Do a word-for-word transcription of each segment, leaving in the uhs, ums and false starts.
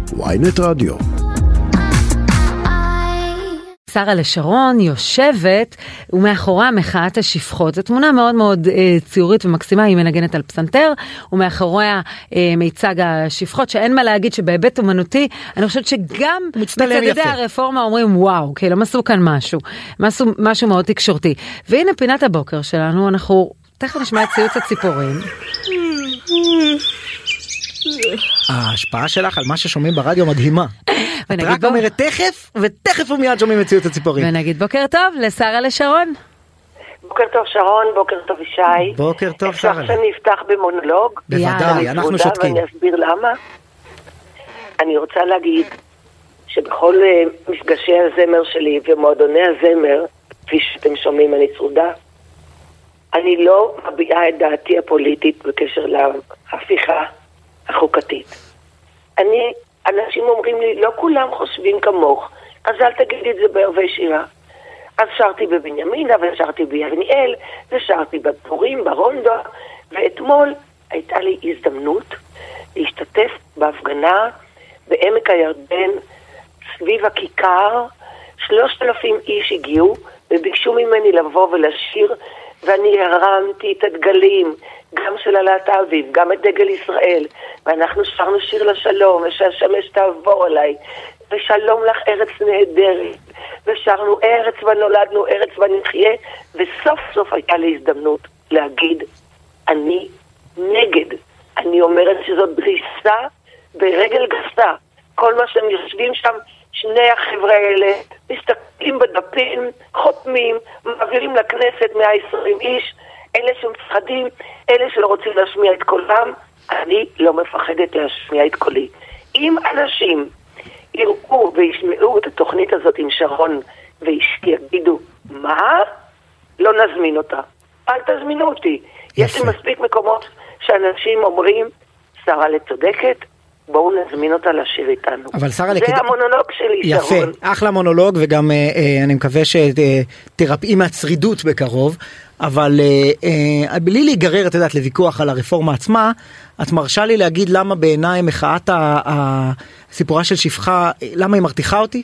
וויינט רדיו. שרה לשרון יושבת ומאחוריה מחאת השפחות. זו תמונה מאוד מאוד אה, ציורית ומקסימה, היא מנגנת על פסנתר, ומאחוריה אה, מיצג השפחות, שאין מה להגיד שבהיבט אומנותי, אני חושבת שגם מצדדי הרפורמה אומרים וואו, כאילו הם עשו כאן משהו, משהו, משהו מאוד תקשורתי. והנה פינת הבוקר שלנו, אנחנו תכף נשמע את ציוץ הציפורים. ההשפעה שלך על מה ששומעים ברדיו מדהימה. את רק אומרת תכף, ותכף ומיד שומעים את ציוץ הציפורים. ונגיד בוקר טוב לשרה לשרון. בוקר טוב שרון, בוקר טוב ישי. בוקר טוב שרה. אפשר שאני אפתח במונולוג? בוודאי, אנחנו שותקים. ואני אסביר למה. אני רוצה להגיד שבכל מפגשי הזמר שלי ומועדוני הזמר, כפי שאתם שומעים אני צרודה, אני לא מביעה את דעתי הפוליטית בקשר להפיכה החוקתית. אני, אנשים אומרים לי, לא כולם חושבים כמוך, אז אל תגידי את זה בערבי שירה. אז שרתי בבנימינה, ושרתי ביבניאל, ושרתי בפורים, ברונדו, ואתמול הייתה לי הזדמנות להשתתף בהפגנה בעמק הירדן, סביב הכיכר, שלושת אלפים איש הגיעו, וביקשו ממני לבוא ולשיר, ואני הרמתי את הדגלים, גם של הלהט"בים, גם את דגל ישראל, ואנחנו שרנו שיר לשלום, ושהשמש תעבור עליי, ושלום לך ארץ נהדרת, ושרנו ארץ ונולדנו, ארץ ונחיה, וסוף סוף הייתה לי הזדמנות להגיד, אני נגד. אני אומרת שזאת דריסה ברגל גסה. כל מה שהם יושבים שם, שני החבר'ה האלה, מסתכלים בדפים, חותמים, מעבירים לכנסת מאה ועשרים איש, אלה שמפחדים, אלה שלא רוצים להשמיע את קולם, אני לא מפחדת להשמיע את קולי. אם אנשים יראו וישמעו את התוכנית הזאת עם שרון ויגידו, מה? לא נזמין אותה. אל תזמינו אותי. יש לי מספיק מקומות שאנשים אומרים, שרה לצודקת, בואו נזמין אותה לשיר איתנו. אבל שרה, זה לכד... המונולוג שלי, יפה, שרון. אחלה מונולוג, וגם אה, אה, אני מקווה שתרפאי מהצרידות בקרוב, אבל אה, אה, בלי להיגרר, את יודעת, לוויכוח על הרפורמה עצמה, את מרשה לי להגיד למה בעיניי מחאת הסיפורה של שפחה, למה היא מרתיחה אותי?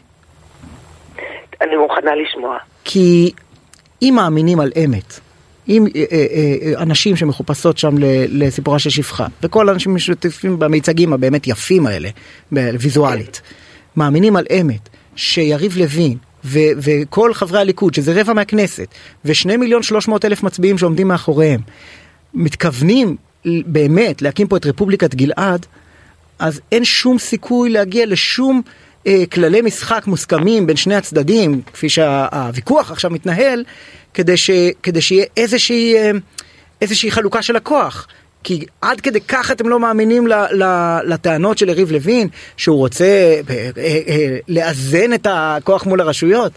אני מוכנה לשמוע. כי אם מאמינים על אמת, אם אה, אה, אנשים שמחופשות שם לסיפורה של שפחה, וכל האנשים משותפים במיצגים הבאמת יפים האלה, ויזואלית, מאמינים על אמת, שיריב לוין, ו- וכל חברי הליכוד, שזה רבע מהכנסת, ושני מיליון שלוש מאות אלף מצביעים שעומדים מאחוריהם, מתכוונים באמת להקים פה את רפובליקת גלעד, אז אין שום סיכוי להגיע לשום אה, כללי משחק מוסכמים בין שני הצדדים, כפי שהוויכוח עכשיו מתנהל, כדי, ש, כדי שיהיה איזושהי, אה, איזושהי חלוקה של הכוח. כי עד כדי כך אתם לא מאמינים ל, ל, לטענות של יריב לוין, שהוא רוצה אה, אה, אה, לאזן את הכוח מול הרשויות?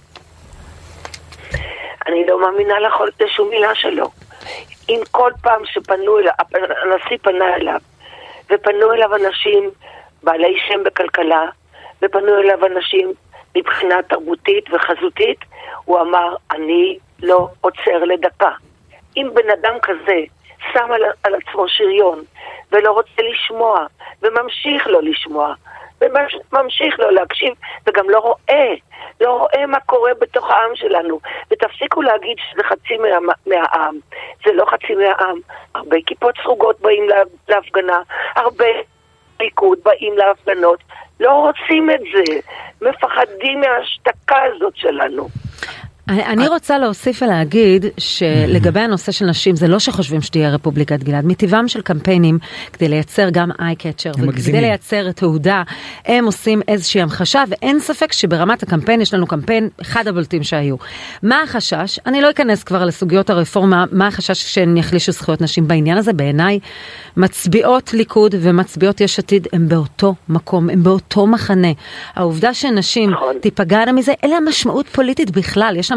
אני לא מאמינה לשום מילה שלו. אם כל פעם שפנו אליו, הנשיא פנה אליו, ופנו אליו אנשים בעלי שם בכלכלה, ופנו אליו אנשים מבחינה תרבותית וחזותית, הוא אמר, אני לא עוצר לדקה. אם בן אדם כזה שם על, על עצמו שריון, ולא רוצה לשמוע, וממשיך לא לשמוע, וממשיך לא להקשיב, וגם לא רואה, לא רואה מה קורה בתוך העם שלנו, ותפסיקו להגיד שזה חצי מה, מהעם, זה לא חצי מהעם, הרבה כיפות סרוגות באים לה, להפגנה, הרבה ליכוד באים להפגנות, לא רוצים את זה, מפחדים מההשתקה הזאת שלנו. אני רוצה להוסיף ולהגיד שלגבי הנושא של נשים, זה לא שחושבים שתהיה רפובליקת גלעד, מטבעם של קמפיינים, כדי לייצר גם איי-קאצ'ר, וכדי לייצר תעודה, הם עושים איזושהי המחשה, ואין ספק שברמת הקמפיין יש לנו קמפיין אחד הבולטים שהיו. מה החשש? אני לא אכנס כבר לסוגיות הרפורמה, מה החשש שהן יחלישו זכויות נשים בעניין הזה? בעיניי, מצביעות ליכוד ומצביעות יש עתיד הם באותו מקום, הם באותו מחנה. העובדה שנשים תיפגענה מזה, אלה המשמעות פוליטית בכלל, יש לה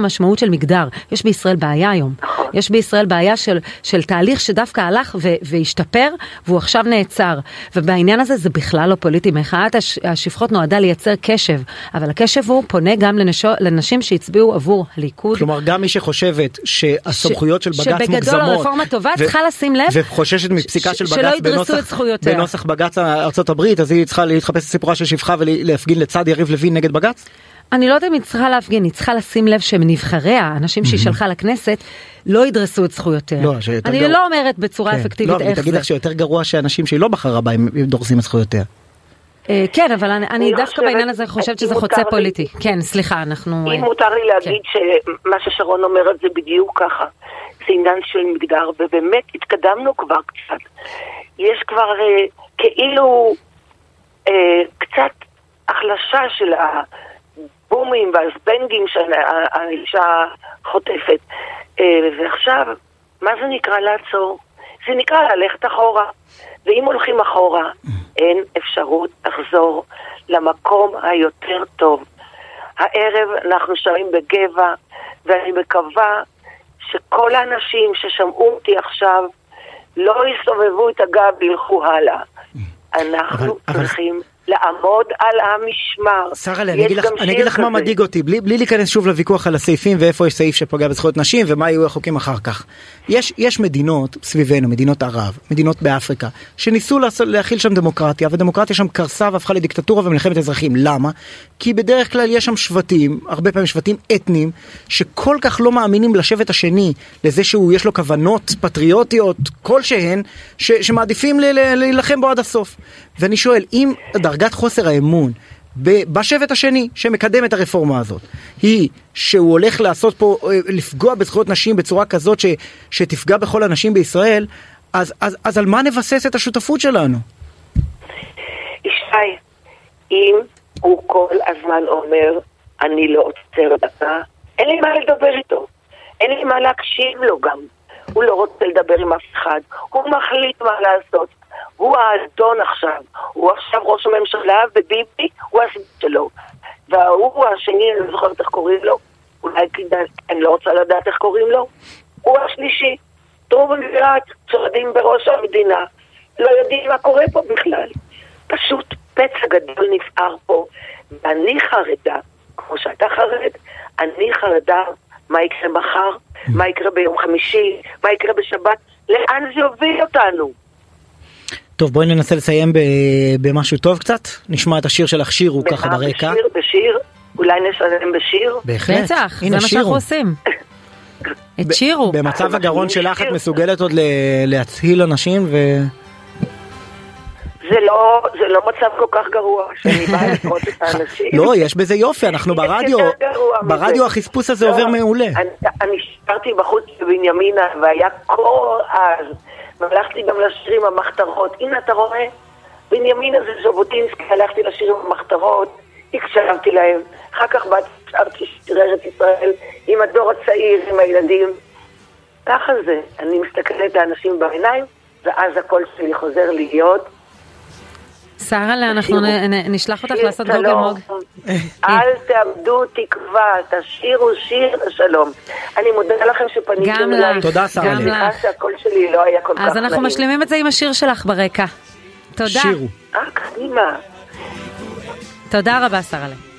המשמעות של מגדר. יש בישראל בעיה היום. יש בישראל בעיה של, של תהליך שדווקא הלך ו, והשתפר, והוא עכשיו נעצר. ובעניין הזה זה בכלל לא פוליטי. מחאת השפחות נועדה לייצר קשב, אבל הקשב הוא פונה גם לנשו, לנשים שהצביעו עבור הליכוד. כלומר, גם מי שחושבת שהסמכויות של בג"ץ מוגזמות, שבגדול הרפורמה טובה, צריכה לשים לב, וחוששת מפסיקה של בג"ץ בנוסח, בנוסח בג"ץ ארצות הברית, אז היא צריכה להתחפש לסיפורה של שפחה ולהפגין לצד יריב לוין נגד בג"ץ? אני לא יודע אם היא צריכה להפגין, היא צריכה לשים לב שמנבחריה, אנשים שהיא שלחה לכנסת, לא ידרסו את זכויותיה. אני לא אומרת בצורה אפקטיבית איך זה. לא, תגיד לך שיותר גרוע שאנשים שהיא לא בחרה בה, הם דורסים את זכויותיה. כן, אבל אני דווקא בעניין הזה חושבת שזה חוצה פוליטי. כן, סליחה, אנחנו... אם מותר לי להגיד שמה ששרון אומרת זה בדיוק ככה. זה עניין של מגדר, ובאמת התקדמנו כבר קצת. יש כבר כאילו קצת החלשה של הבומים והסבנגים שהאישה חוטפת. ועכשיו, מה זה נקרא לעצור? זה נקרא ללכת אחורה. ואם הולכים אחורה, אין אפשרות לחזור למקום היותר טוב. הערב אנחנו שרים בגבע, ואני מקווה שכל האנשים ששמעו אותי עכשיו לא יסובבו את הגב וילכו הלאה. אנחנו אבל, צריכים אבל... לעמוד על המשמר. שרה, אני אגיד לך, אני אגיד לך מה מדאיג אותי, בלי, בלי להיכנס שוב לוויכוח על הסעיפים ואיפה יש סעיף שפוגע בזכויות נשים ומה יהיו החוקים אחר כך. יש, יש מדינות סביבנו, מדינות ערב, מדינות באפריקה, שניסו להכיל שם דמוקרטיה, ודמוקרטיה שם קרסה והפכה לדיקטטורה ומלחמת אזרחים. למה? כי בדרך כלל יש שם שבטים, הרבה פעמים שבטים אתניים, שכל כך לא מאמינים לשבט השני, לזה שהוא יש לו כוונות פטריוטיות כלשהן, ש, שמעדיפים ל, ל, להילחם בו עד הסוף. ואני שואל, אם דרגת חוסר האמון בשבט השני שמקדם את הרפורמה הזאת היא שהוא הולך לעשות פה, לפגוע בזכויות נשים בצורה כזאת ש, שתפגע בכל הנשים בישראל, אז, אז, אז על מה נבסס את השותפות שלנו? ישי, אם הוא כל הזמן אומר אני לא עוצר דקה, אין לי מה לדבר איתו, אין לי מה להקשיב לו גם, הוא לא רוצה לדבר עם אף אחד, הוא מחליט מה לעשות, הוא האדון עכשיו, הוא עכשיו ראש הממשלה, וביבי הוא הסביב שלו. והוא השני, אני לא זוכרת איך קוראים לו, אולי כדאי, אני לא רוצה לדעת איך קוראים לו, הוא השלישי. טוב וגרעת, צועדים בראש המדינה, לא יודעים מה קורה פה בכלל. פשוט פצע גדול נפער פה, ואני חרדה, כמו שאתה חרד, אני חרדה מה יקרה מחר, מה יקרה ביום חמישי, מה יקרה בשבת, לאן זה יוביל אותנו? טוב, בואי ננסה לסיים במשהו טוב קצת. נשמע את השיר שלך, שירו ככה ברקע. בשיר, בשיר, אולי נשלם בשיר. בהחלט. בטח, זה מה שאנחנו עושים. את שירו. במצב הגרון שלך את מסוגלת עוד להצהיל אנשים ו... זה לא, זה לא מצב כל כך גרוע שאני באה לקרות את האנשים. לא, יש בזה יופי, אנחנו ברדיו, ברדיו החספוס הזה עובר מעולה. אני שרתי בחוץ בבנימינה והיה קור אז. והלכתי גם לשיר עם המחתרות. הנה אתה רואה, בנימין הזה ז'בוטינסקי, הלכתי לשיר עם המחתרות, הקשבתי להם. אחר כך באתי שרתי שירי ארץ ישראל עם הדור הצעיר, עם הילדים. ככה זה. אני מסתכלת לאנשים בעיניים, ואז הקול שלי חוזר להיות. שרה, אנחנו נשלח אותך לעשות גוגל מוג. אל תאבדו תקווה, תשירו שיר השלום. אני מודה לכם שפניתם אליי. גם לך. תודה, שרה. סליחה שהקול שלי לא היה כל כך נעים. אז אנחנו משלימים את זה עם השיר שלך ברקע. תודה. שירו. אה, קדימה. תודה רבה, שרה.